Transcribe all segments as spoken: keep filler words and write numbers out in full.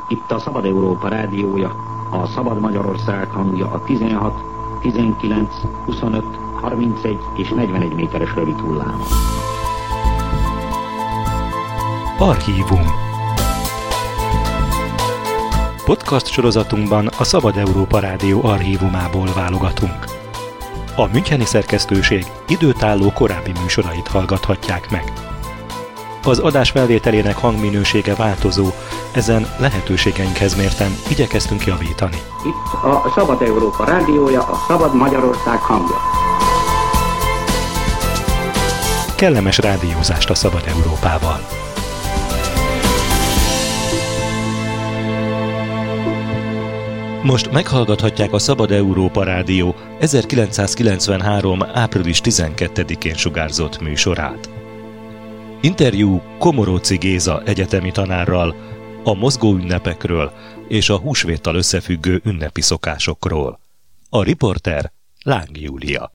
Itt a Szabad Európa rádiója, a Szabad Magyarország hangja a tizenhat, tizenkilenc, huszonöt, harmincegy és negyvenegy méteres rövid hullám. Archívum. Podcast sorozatunkban a Szabad Európa Rádió archívumából válogatunk. A müncheni szerkesztőség időtálló korábbi műsorait hallgathatják meg. Az adás felvételének hangminősége változó, ezen lehetőségeinkhez mérten igyekeztünk javítani. Itt a Szabad Európa rádiója, a Szabad Magyarország hangja. Kellemes rádiózást a Szabad Európával! Most meghallgathatják a Szabad Európa Rádió ezerkilencszázkilencvenhárom. április tizenkettedikén sugárzott műsorát. Interjú Komoróczy Géza egyetemi tanárral a mozgóünnepekről és a húsvéttal összefüggő ünnepi szokásokról. A riporter Láng Júlia.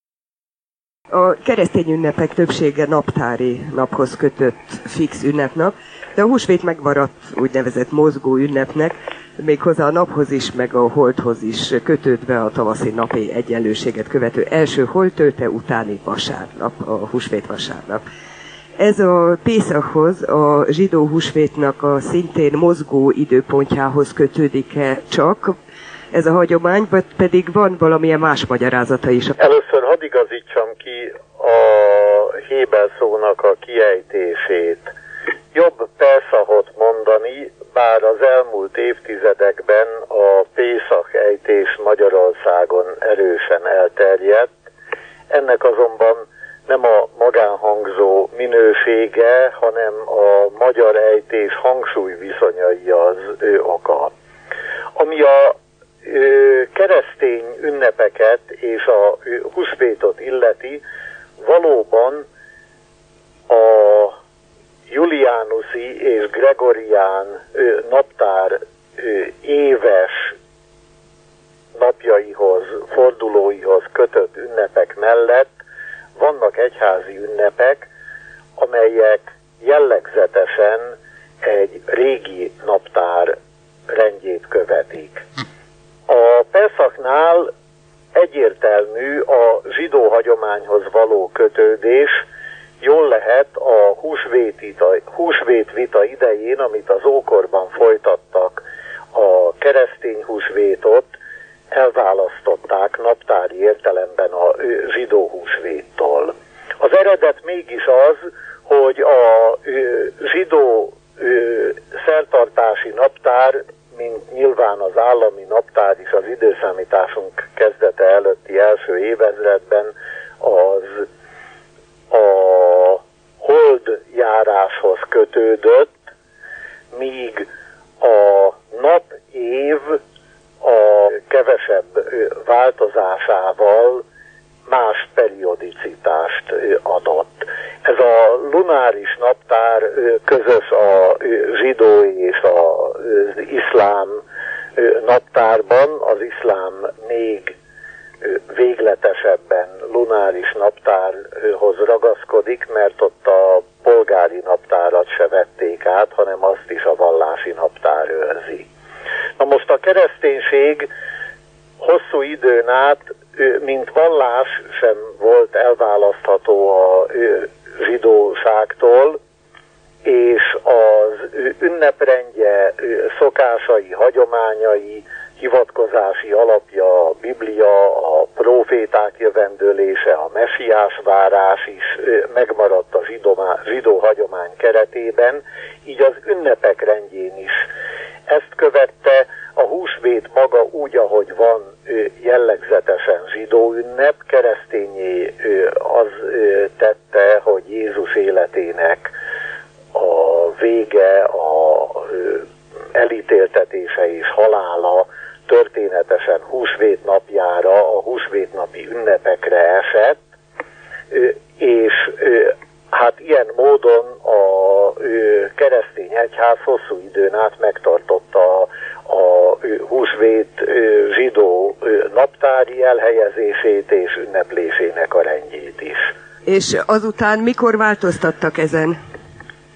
A keresztény ünnepek többsége naptári naphoz kötött fix ünnepnap, de a húsvét megmaradt úgynevezett mozgó ünnepnek, méghozzá a naphoz is, meg a holdhoz is kötődve a tavaszi napi egyenlőséget követő első holdtölte utáni vasárnap, a húsvét vasárnap. Ez a Pészakhoz, a zsidó húsvétnak a szintén mozgó időpontjához kötődik-e csak ez a hagyomány, vagy pedig van valamilyen más magyarázata is? Először hadd igazítsam ki a héber szónak a kiejtését. Jobb Pészakot mondani, bár az elmúlt évtizedekben a Pészak ejtés Magyarországon erősen elterjedt. Ennek azonban nem a magánhangzó minősége, hanem a magyar ejtés hangsúly viszonyai az ő oka. Ami a ö, keresztény ünnepeket és a ö, húsvétot illeti, valóban a juliánuszi és gregorián ö, naptár ö, éves napjaihoz, fordulóihoz kötött ünnepek mellett vannak egyházi ünnepek, amelyek jellegzetesen egy régi naptár rendjét követik. A Pészaknál egyértelmű a zsidó hagyományhoz való kötődés, jól lehet a húsvét vita idején, amit az ókorban folytattak a keresztény húsvétot, elválasztották naptári értelemben a zsidó húsvéttól. Az eredet mégis az, hogy a zsidó szertartási naptár, mint nyilván az állami naptár is az időszámításunk kezdete előtti első évezredben, az a holdjáráshoz kötődött, míg a napév a kevesebb változásával más periodicitást adott. Ez a lunáris naptár közös a zsidó és az iszlám naptárban, az iszlám még végletesebben lunáris naptárhoz ragaszkodik, mert ott a polgári naptárat se vették át, hanem azt is a vallási naptár őrzi. Na most a kereszténység hosszú időn át, mint vallás sem volt elválasztható a zsidóságtól, és az ünneprendje, szokásai, hagyományai, hivatkozási alapja, a Biblia, a próféták jövendőlése, a messiás várás is megmaradt a zsidó, zsidó hagyomány keretében, így az ünnepek rendjén is. Ezt követte a húsvét maga úgy, ahogy van, jellegzetesen zsidó ünnep, keresztényé az tette, hogy Jézus életének a vége, a elítéltetése és halála történetesen húsvét napjára, a húsvétnapi ünnepekre esett, és hát ilyen módon a keresztény egyház hosszú időn át megtartotta a húsvét zsidó naptári elhelyezését és ünneplésének a rendjét is. És azután mikor változtattak ezen?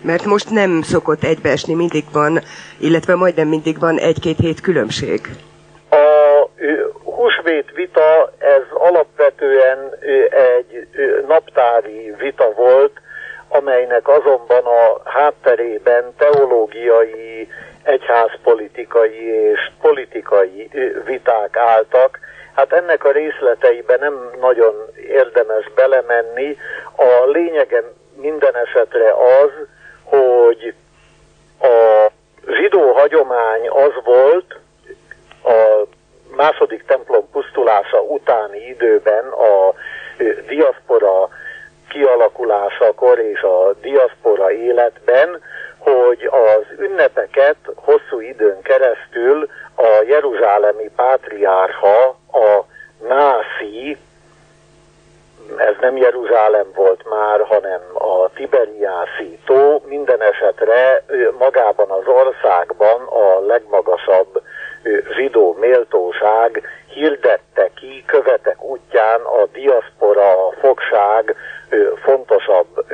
Mert most nem szokott egybeesni, mindig van, illetve majdnem mindig van egy-két hét különbség. A húsvét vita, ez alapvetően egy naptári vita volt, amelynek azonban a hátterében teológiai, egyházpolitikai és politikai viták álltak. Hát ennek a részleteibe nem nagyon érdemes belemenni. A lényege minden esetre az, hogy a zsidó hagyomány az volt a második templom pusztulása utáni időben, a diaszpora kialakulásakor és a diaszpora életben, hogy az ünnepeket hosszú időn keresztül a jeruzsálemi pátriárha, a Nászi, ez nem Jeruzsálem volt már, hanem a Tiberiászi tó, minden esetre magában az országban a legmagasabb zsidó méltóság hirdette ki követek útján a diaszpora, a fogság fontosabb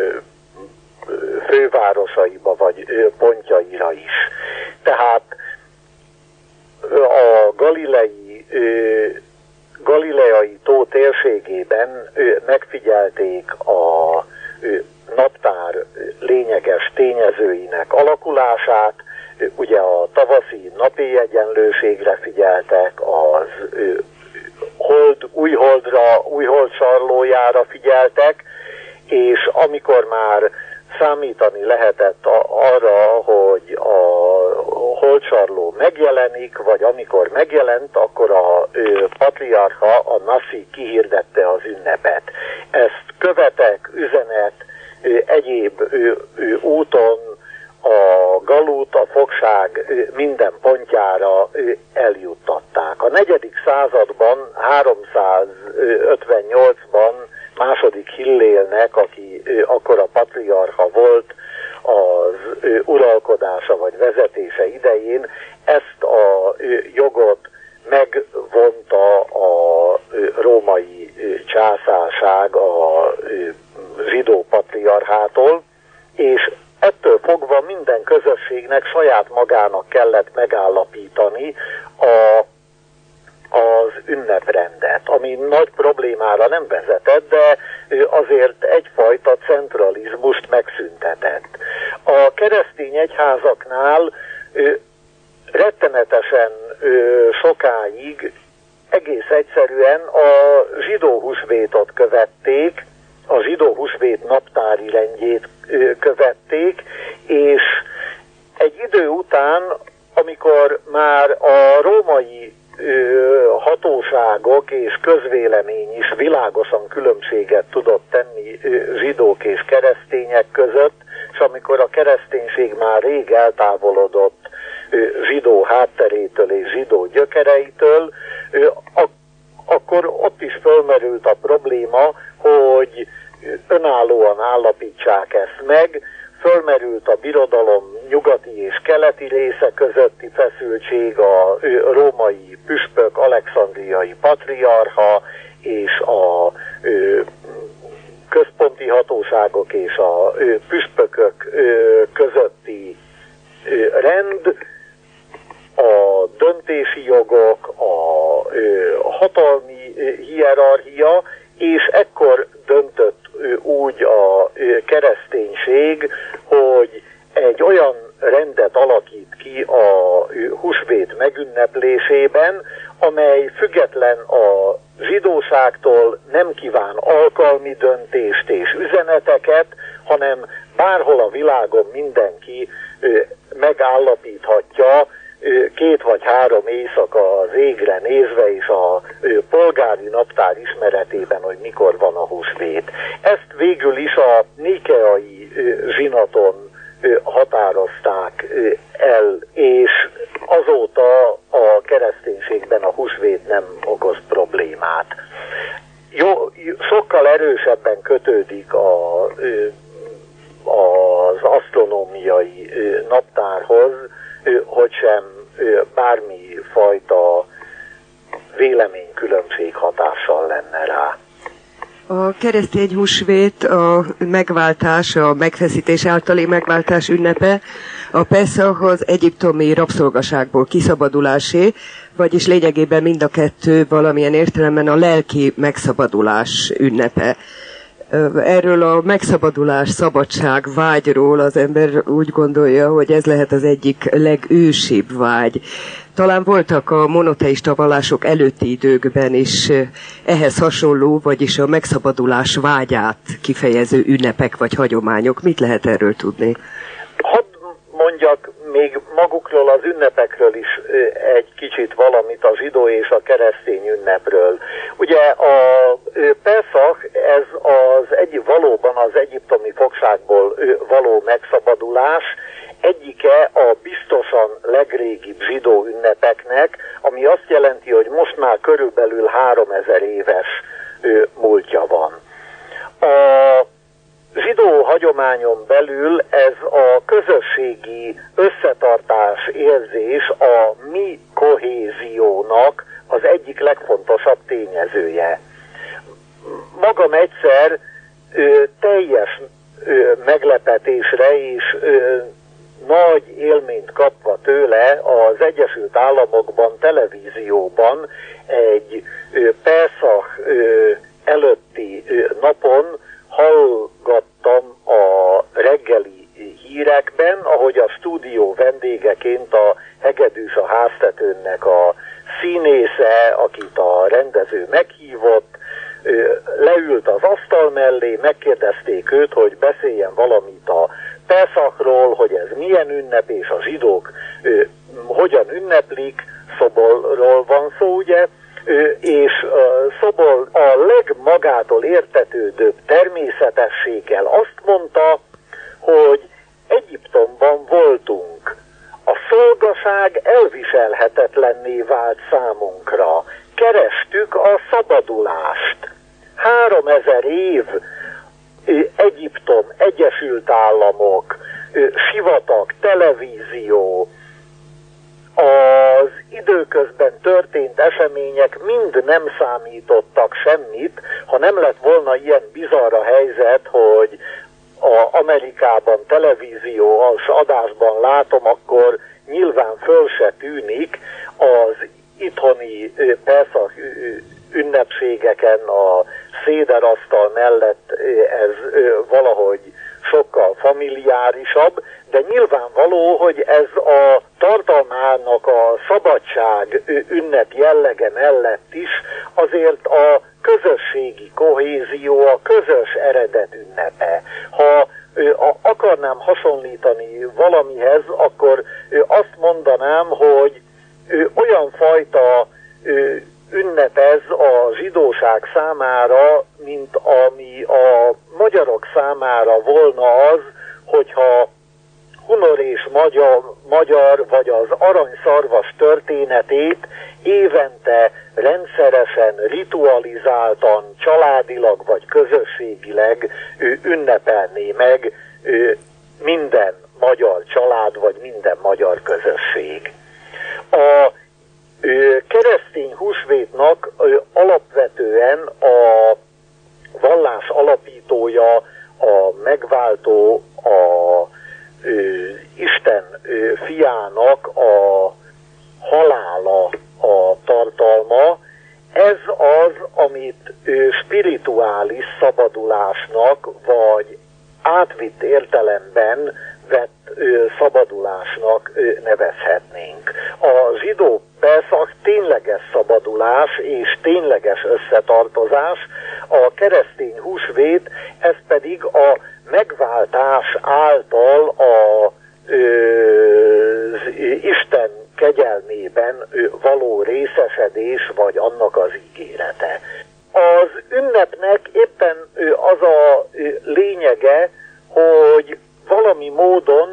fővárosaiba vagy pontjaira is. Tehát a galilei, galileai tó térségében megfigyelték a naptár lényeges tényezőinek alakulását, ugye a tavaszi napi egyenlőségre figyeltek, az hold, új holdra, új hold sarlójára figyeltek, és amikor már számítani lehetett arra, hogy a holdsarló megjelenik, vagy amikor megjelent, akkor a patriárha, a Nászi kihirdette az ünnepet. Ezt követek, üzenet, egyéb úton a galút, a fogság minden pontjára eljuttatták. A negyedik században, háromszázötvennyolcban második Hillélnek, aki akkor a patriárha volt, az uralkodása vagy vezetése idején ezt a jogot megvonta a római császárság a zsidó patriarchától, és ettől fogva minden közösségnek saját magának kellett megállapítani a az ünneprendet, ami nagy problémára nem vezetett, de azért egyfajta centralizmust megszüntetett. A keresztény egyházaknál rettenetesen sokáig egész egyszerűen a zsidó húsvétot követték, a zsidó húsvét naptári rendjét követték, és egy idő után, amikor már a római hatóságok és közvélemény is világosan különbséget tudott tenni zsidók és keresztények között, és amikor a kereszténység már rég eltávolodott zsidó hátterétől és zsidó gyökereitől, akkor ott is fölmerült a probléma, hogy önállóan állapítsák ezt meg. Fölmerült a birodalom nyugati és keleti része közötti feszültség, a római püspök, alexandriai patriárha és a központi hatóságok és a püspökök közötti rend, a döntési jogok, a hatalmi hierarchia, és ekkor döntött úgy a kereszténység, hogy egy olyan rendet alakít ki a húsvét megünneplésében, amely független a zsidóságtól nem kíván alkalmi döntést és üzeneteket, hanem bárhol a világon mindenki megállapíthatja két vagy három éjszaka az égre nézve, és a polgári naptár ismeretében, hogy mikor van a húsvét. Ezt végül is a níkeai zsinaton határozták el, és azóta a kereszténységben a húsvét nem okoz problémát. Jó, sokkal erősebben kötődik a, az asztronómiai naptárhoz, hogy sem bármi fajta véleménykülönbség hatással lenne rá. A keresztény húsvét a megváltás, a megfeszítés általi megváltás ünnepe, a Peszach az egyiptomi rabszolgaságból kiszabadulásé, vagyis lényegében mind a kettő valamilyen értelemben a lelki megszabadulás ünnepe. Erről a megszabadulás, szabadság, vágyról az ember úgy gondolja, hogy ez lehet az egyik legősibb vágy. Talán voltak a monoteista vallások előtti időkben is ehhez hasonló, vagyis a megszabadulás vágyát kifejező ünnepek vagy hagyományok. Mit lehet erről tudni? Hadd mondjak még magukról az ünnepekről is egy kicsit valamit, a zsidó és a keresztény ünnepről. Ugye a Peszach, ez az egy, valóban az egyiptomi fogságból való megszabadulás, egyike a biztosan legrégibb zsidó ünnepeknek, ami azt jelenti, hogy most már körülbelül háromezer éves múltja van. A zsidó hagyományon belül ez a közösségi összetartás érzés a mi kohéziónak az egyik legfontosabb tényezője. Magam egyszer ö, teljes ö, meglepetésre és ö, nagy élményt kapva tőle az Egyesült Államokban, televízióban egy ö, Peszach ö, előtti ö, napon hallgattam a reggeli hírekben, ahogy a stúdió vendégeként a Hegedűs a háztetőnek a színésze, akit a rendező meghívott, leült az asztal mellé, megkérdezték őt, hogy beszéljen valamit a Peszachról, hogy ez milyen ünnep, és a zsidók hogyan ünneplik, Szobolról van szó, ugye, és Szobol a legmagától értetődőbb természetességgel azt mondta, hogy Egyiptomban voltunk. A szolgaság elviselhetetlenné vált számunkra. Kerestük a szabadulást. Háromezer év Egyiptom, Egyesült Államok, sivatag, televízió, az időközben történt események mind nem számítottak semmit, ha nem lett volna ilyen bizarr a helyzet, hogy a Amerikában televíziós adásban látom, akkor nyilván föl se tűnik az itthoni Peszach ünnepségeken a széderasztal mellett ez valahogy sokkal familiárisabb, de nyilvánvaló, hogy ez a tartalmának a szabadság ünnep jellege mellett is azért a közösségi kohézió, a közös eredet ünnepe. Ha akarnám hasonlítani valamihez, akkor azt mondanám, hogy olyan fajta ünnep ez a zsidóság számára, mint ami a magyarok számára volna az, hogyha Hunor és magyar, magyar vagy az aranyszarvas történetét évente rendszeresen, ritualizáltan, családilag vagy közösségileg ünnepelné meg minden magyar család vagy minden magyar közösség. A keresztény húsvétnak alapvetően a vallás alapítója, a megváltó, a Isten fiának a halála a tartalma. Ez az, amit spirituális szabadulásnak, vagy átvitt értelemben vett szabadulásnak nevezhetnénk. A zsidó Peszach tényleges szabadulás és tényleges összetartozás, a keresztény húsvét, ez pedig a megváltás által a ö, Isten kegyelmében való részesedés, vagy annak az ígérete. Az ünnepnek éppen az a lényege, hogy valami módon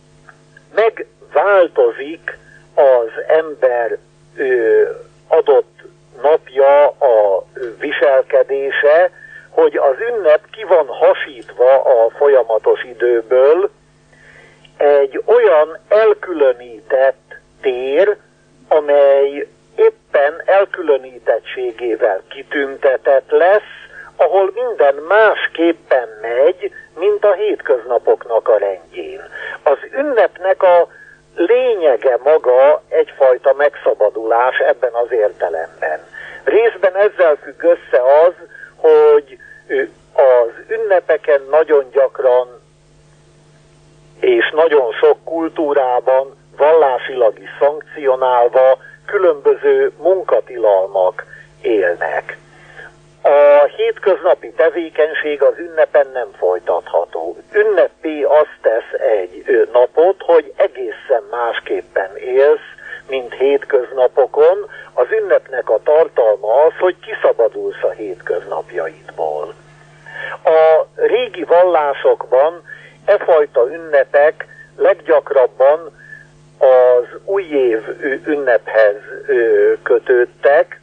megváltozik az ember adott napja, a viselkedése, hogy az ünnep ki van hasítva a folyamatos időből, egy olyan elkülönített tér, amely éppen elkülönítettségével kitüntetett lesz, ahol minden másképpen megy, mint a hétköznapoknak a rendjén. Az ünnepnek a lényege maga egyfajta megszabadulás ebben az értelemben. Részben ezzel függ össze az, hogy az ünnepeken nagyon gyakran és nagyon sok kultúrában vallásilag is szankcionálva különböző munkatilalmak élnek. A hétköznapi tevékenység az ünnepen nem folytatható. Ünneppé azt tesz egy napot, hogy egészen másképpen élsz, mint hétköznapokon. Az ünnepnek a tartalma az, hogy kiszabadulsz a hétköznapjaidból. A régi vallásokban e fajta ünnepek leggyakrabban az újév ünnephez kötődtek.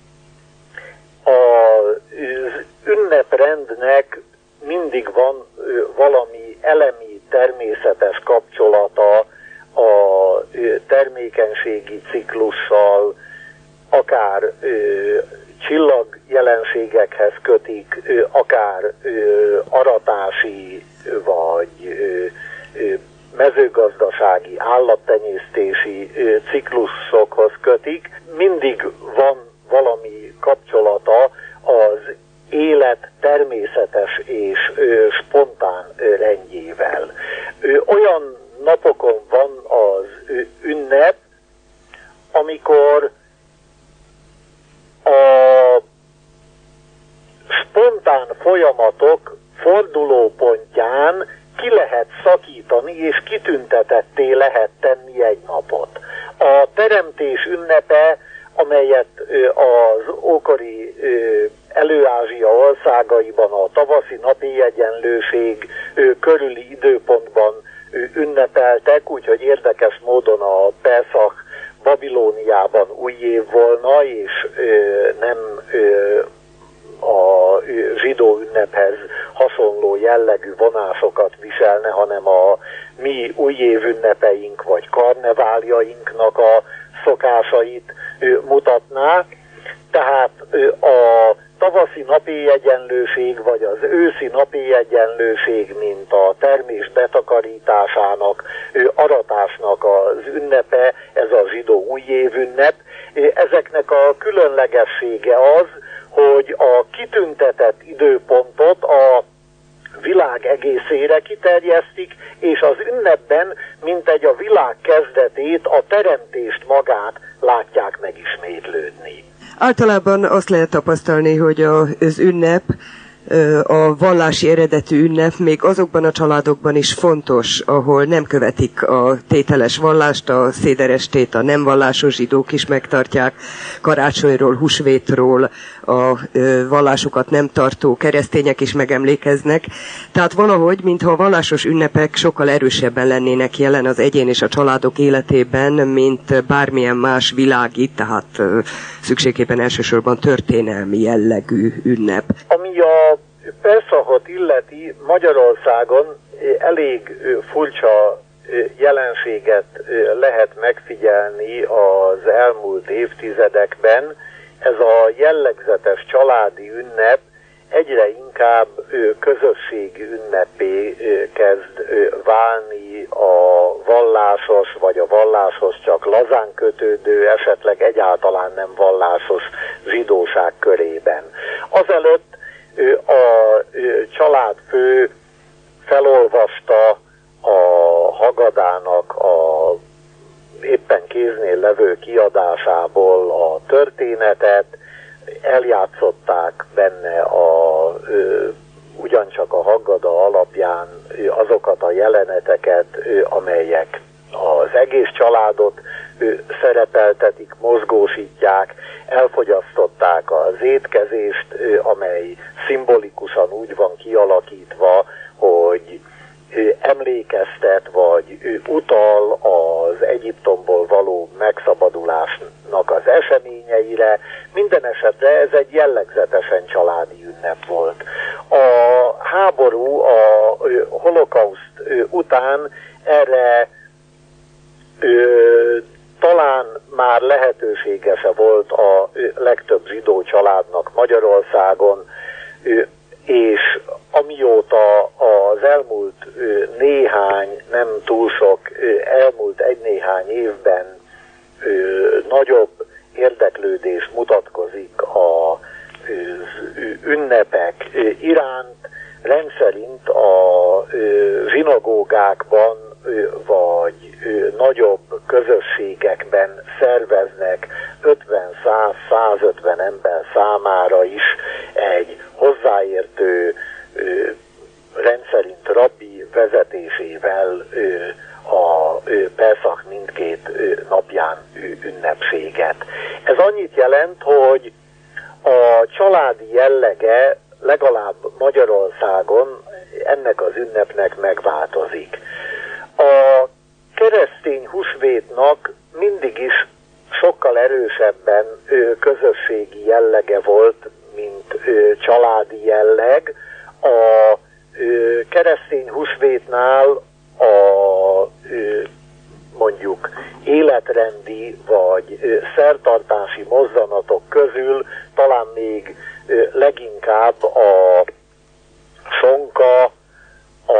Az ünneprendnek mindig van valami elemi, természetes kapcsolata a termékenységi ciklussal, akár csillagjelenségekhez kötik, akár aratási vagy mezőgazdasági, állattenyésztési ciklusokhoz kötik. Mindig van valami kapcsolata az élet természetes és ö, spontán ö, rendjével. Ö, olyan napokon van az ö, ünnep, amikor a spontán folyamatok fordulópontján ki lehet szakítani és kitüntetetté lehet tenni egy napot. A teremtés ünnepe, amelyet az ókori Elő-Ázsia országaiban a tavaszi napéjegyenlőség körüli időpontban ünnepeltek, úgyhogy érdekes módon a Peszach Babilóniában új év volna, és nem a zsidó ünnephez hasonló jellegű vonásokat viselne, hanem a mi újév ünnepeink vagy karneváljainknak a szokásait mutatná. Tehát a tavaszi napéjegyenlőség vagy az őszi napéjegyenlőség, mint a termés betakarításának, aratásnak az ünnepe, ez a zsidó újév ünnep. Ezeknek a különlegessége az, hogy a kitüntetett időpontot a világ egészére kiterjesztik, és az ünnepben, mint egy a világ kezdetét, a teremtést magát látják megismétlődni. Általában azt lehet tapasztalni, hogy az ünnep, a vallási eredetű ünnep még azokban a családokban is fontos, ahol nem követik a tételes vallást, a széderestét a nem vallásos zsidók is megtartják, karácsonyról, húsvétról a vallásukat nem tartó keresztények is megemlékeznek. Tehát valahogy, mintha a vallásos ünnepek sokkal erősebben lennének jelen az egyén és a családok életében, mint bármilyen más világi, tehát szükségképpen elsősorban történelmi jellegű ünnep. Ami a Peszachot illeti, Magyarországon elég furcsa jelenséget lehet megfigyelni az elmúlt évtizedekben. Ez a jellegzetes családi ünnep egyre inkább közösségi ünnepé kezd válni a vallásos vagy a valláshoz csak lazán kötődő, esetleg egyáltalán nem vallásos zsidóság körében. Azelőtt a családfő felolvasta a Haggadának a éppen kéznél levő kiadásából a történetet, eljátszották benne a, ö, ugyancsak a Haggada alapján ö, azokat a jeleneteket, ö, amelyek az egész családot ö, szerepeltetik, mozgósítják, elfogyasztották az étkezést, ö, amely szimbolikusan úgy van kialakítva, hogy ö, emlékeztet vagy ö, utal az Egyiptomból való megszabadulásnak az eseményeire. Minden esetre ez egy jellegzetesen családi ünnep volt. A háború, a holokauszt után erre ö, talán már lehetősége se volt a legtöbb zsidó családnak Magyarországon. és amióta az elmúlt néhány, nem túl sok, elmúlt egy-néhány évben nagyobb érdeklődés mutatkozik az ünnepek iránt, rendszerint a zsinagógákban vagy nagyobb közösségekben szerveznek ötven-száz-százötven ember számára is egy hozzáértő, rendszerint rabbi vezetésével a Peszach mindkét napján ünnepséget. Ez annyit jelent, hogy a családi jellege legalább Magyarországon ennek az ünnepnek megváltozik. A keresztény húsvétnak mindig is sokkal erősebben közösségi jellege volt, mint családi jelleg. A keresztény húsvétnál a mondjuk életrendi vagy szertartási mozzanatok közül talán még leginkább a sonka, a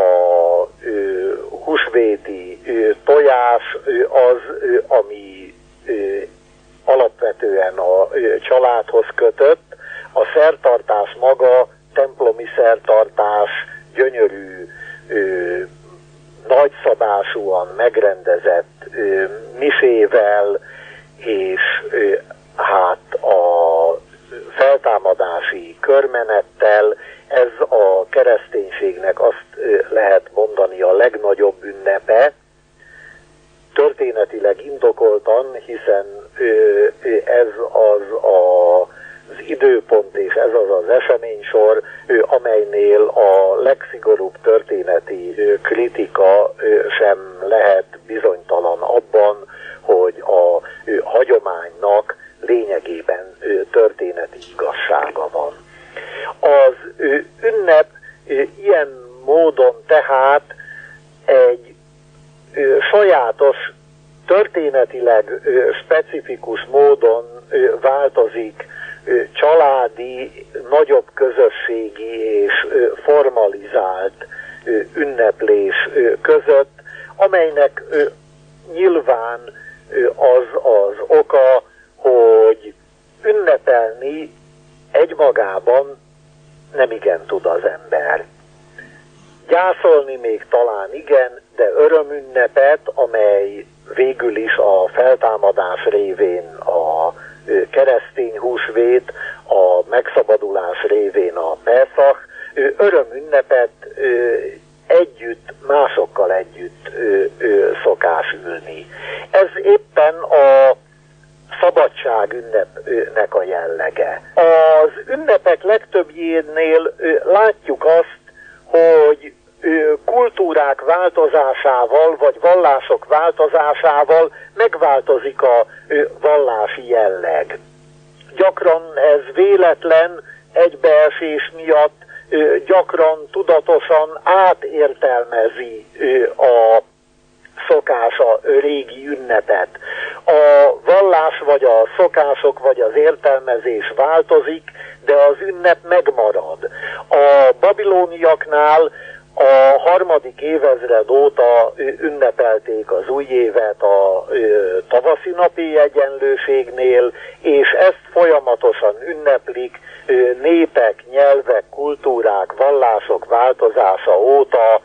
húsvéti tojás az, ami alapvetően a családhoz kötött. A szertartás maga, templomi szertartás, gyönyörű, nagyszabásúan megrendezett misével, és hát a feltámadási körmenettel. Ez a kereszténységnek azt lehet mondani a legnagyobb ünnepe, történetileg indokoltan, hiszen ez az az időpont és ez az az eseménysor, amelynél a legszigorúbb történeti kritika sem lehet bizonytalan abban, hogy a hagyománynak lényegében történeti igazsága van. Az ünnep ilyen módon tehát egy sajátos, történetileg specifikus módon változik családi, nagyobb közösségi és formalizált ünneplés között, amelynek nyilván az az oka, hogy ünnepelni egymagában nem igen tud az ember. Gyászolni még talán igen, de örömünnepet, amely végül is a feltámadás révén a keresztény húsvét, a megszabadulás révén a Peszach, örömünnep együtt, másokkal együtt szokás ülni. Ez éppen a szabadság ünnepnek a jellege. Az ünnepek legtöbbjénél látjuk azt, hogy kultúrák változásával, vagy vallások változásával megváltozik a vallási jelleg. Gyakran ez véletlen egybeesés miatt, gyakran tudatosan átértelmezi a szokás a régi ünnepet. A vallás vagy a szokások vagy az értelmezés változik, de az ünnep megmarad. A babilóniaknál a harmadik évezred óta ünnepelték az új évet a tavaszi napi egyenlőségnél, és ezt folyamatosan ünneplik népek, nyelvek, kultúrák, vallások változása óta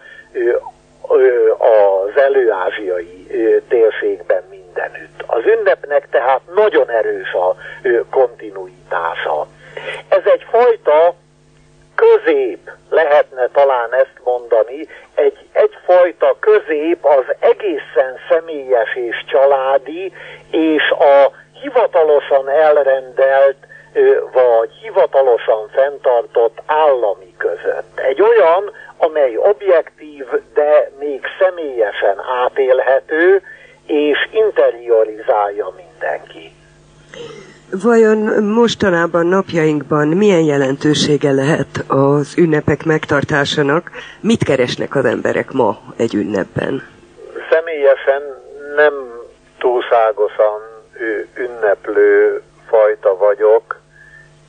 az előázsiai térségben mindenütt. Az ünnepnek tehát nagyon erős a kontinuitása. Ez egyfajta közép, lehetne talán ezt mondani, egy, egyfajta közép az egészen személyes és családi, és a hivatalosan elrendelt, vagy hivatalosan fenntartott állami között. Egy olyan, amely objektív, de még személyesen átélhető, és interiorizálja mindenki. Vajon mostanában, napjainkban milyen jelentősége lehet az ünnepek megtartásának? Mit keresnek az emberek ma egy ünnepben? Személyesen nem túlságosan ünneplő fajta vagyok. A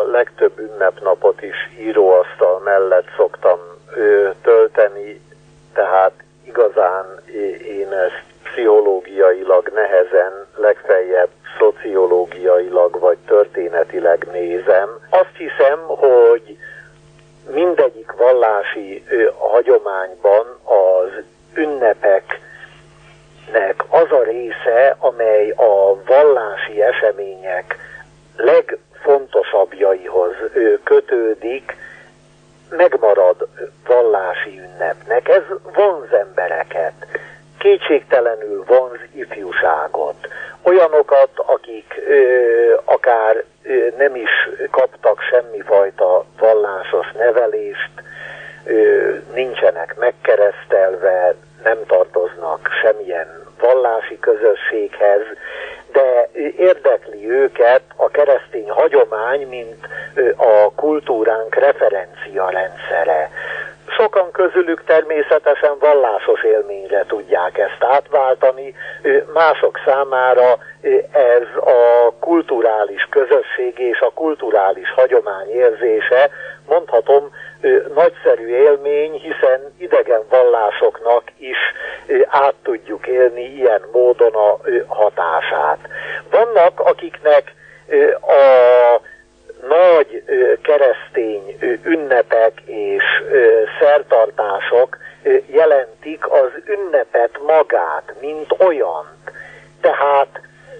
legtöbb ünnepnapot is íróasztal mellett szoktam ö, tölteni, tehát igazán én ezt pszichológiailag nehezen, legfeljebb szociológiailag vagy történetileg nézem. Azt hiszem, hogy mindegyik vallási ö, hagyományban az ünnepeknek az a része, amely a vallási események legfontosabbjaihoz ö, kötődik, megmarad vallási ünnepnek. Ez vonz embereket, kétségtelenül vonz ifjúságot, olyanokat, akik ö, akár ö, nem is kaptak semmifajta vallásos nevelést, ö, nincsenek megkeresztelve, nem tartoznak semmilyen vallási közösséghez, de érdekli őket a keresztény hagyomány, mint a kultúránk referenciarendszere. Sokan közülük természetesen vallásos élményre tudják ezt átváltani, mások számára ez a kulturális közösség és a kulturális hagyomány érzése, mondhatom, nagyszerű élmény, hiszen idegen vallásoknak is át tudjuk élni ilyen módon a hatását. Vannak, akiknek a nagy keresztény ünnepek és szertartások jelentik az ünnepet magát, mint olyant. Tehát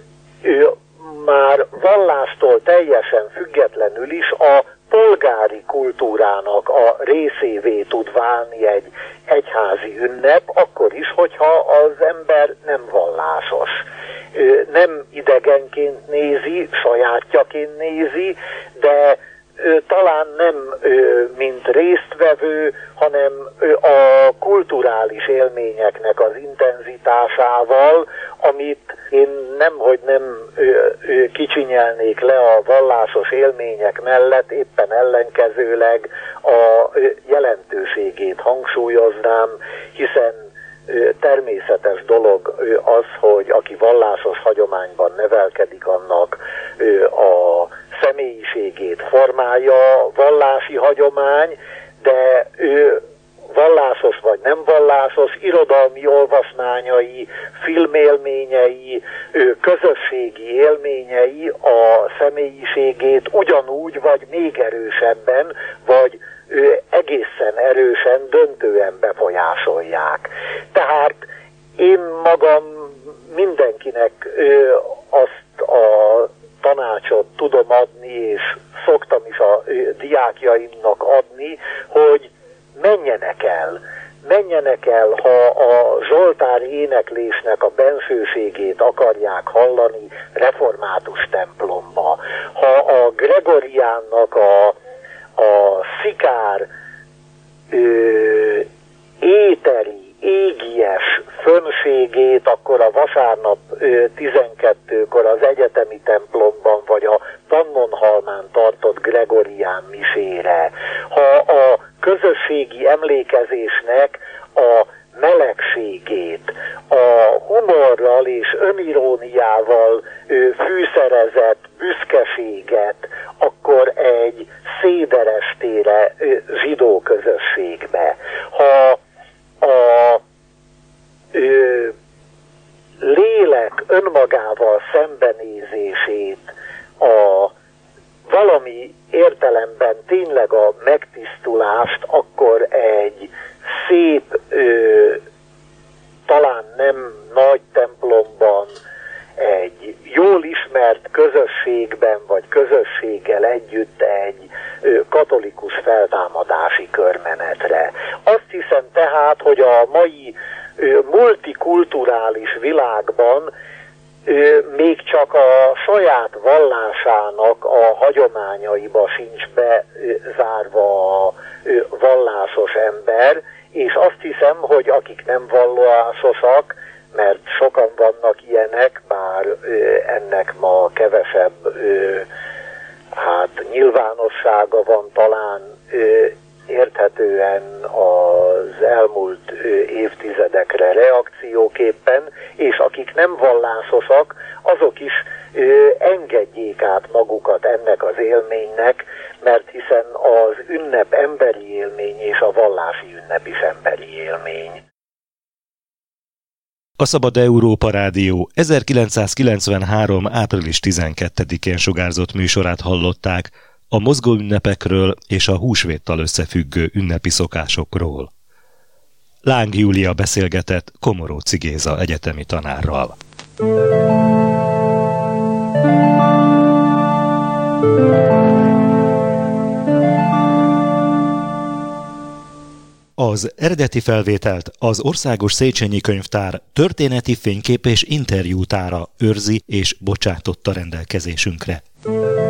már vallástól teljesen függetlenül is a polgári kultúrának a részévé tud válni egy egyházi ünnep, akkor is, hogyha az ember nem vallásos. Nem idegenként nézi, sajátjaként nézi, de talán nem mint résztvevő, hanem a kulturális élményeknek az intenzitásával, amit én nemhogy nem kicsinyelnék le a vallásos élmények mellett, éppen ellenkezőleg a jelentőségét hangsúlyoznám, hiszen természetes dolog az, hogy aki vallásos hagyományban nevelkedik, annak a személyiségét formálja vallási hagyomány, de ő vallásos vagy nem vallásos, irodalmi olvasmányai, filmélményei, közösségi élményei a személyiségét ugyanúgy, vagy még erősebben, vagy egészen erősen, döntően befolyásolják. Tehát én magam mindenkinek azt a tanácsot tudom adni, és szoktam is a diákjaimnak adni, hogy menjenek el. Menjenek el, ha a zsoltári éneklésnek a bensőségét akarják hallani, református templomba. Ha a Gregoriánnak a, a szikár, ö, éteri, égies fönségét, akkor a vasárnap tizenkettőkor az egyetemi templomban, vagy a Pannonhalmán tartott Gregorián misére. Ha a közösségi emlékezésnek a melegségét, a humorral és öniróniával fűszerezett büszkeséget, akkor egy széderestére zsidó közösségbe. Ha a ö, lélek önmagával szembenézését, a valami értelemben tényleg a megtisztulást, akkor egy szép, ö, talán nem nagy templomban, egy jól ismert közösségben, vagy közösséggel együtt egy ö, katolikus feltámadási körmenetre. Azt hiszem tehát, hogy a mai ö, multikulturális világban ö, még csak a saját vallásának a hagyományaiba sincs bezárva a ö, vallásos ember, és azt hiszem, hogy akik nem vallásosak, mert sokan vannak ilyenek, bár ö, ennek ma kevesebb ö, hát nyilvánossága van talán, ö, érthetően az elmúlt évtizedekre reakcióképpen, és akik nem vallásosak, azok is engedjék át magukat ennek az élménynek, mert hiszen az ünnep emberi élmény, és a vallási ünnep is emberi élmény. A Szabad Európa Rádió ezerkilencszázkilencvenhárom. április tizenkettedikén sugárzott műsorát hallották a mozgó ünnepekről és a húsvéttal összefüggő ünnepi szokásokról. Láng Júlia beszélgetett Komoróczi Géza egyetemi tanárral. Az eredeti felvételt az Országos Széchenyi Könyvtár történeti fénykép és interjútára őrzi és bocsátotta rendelkezésünkre.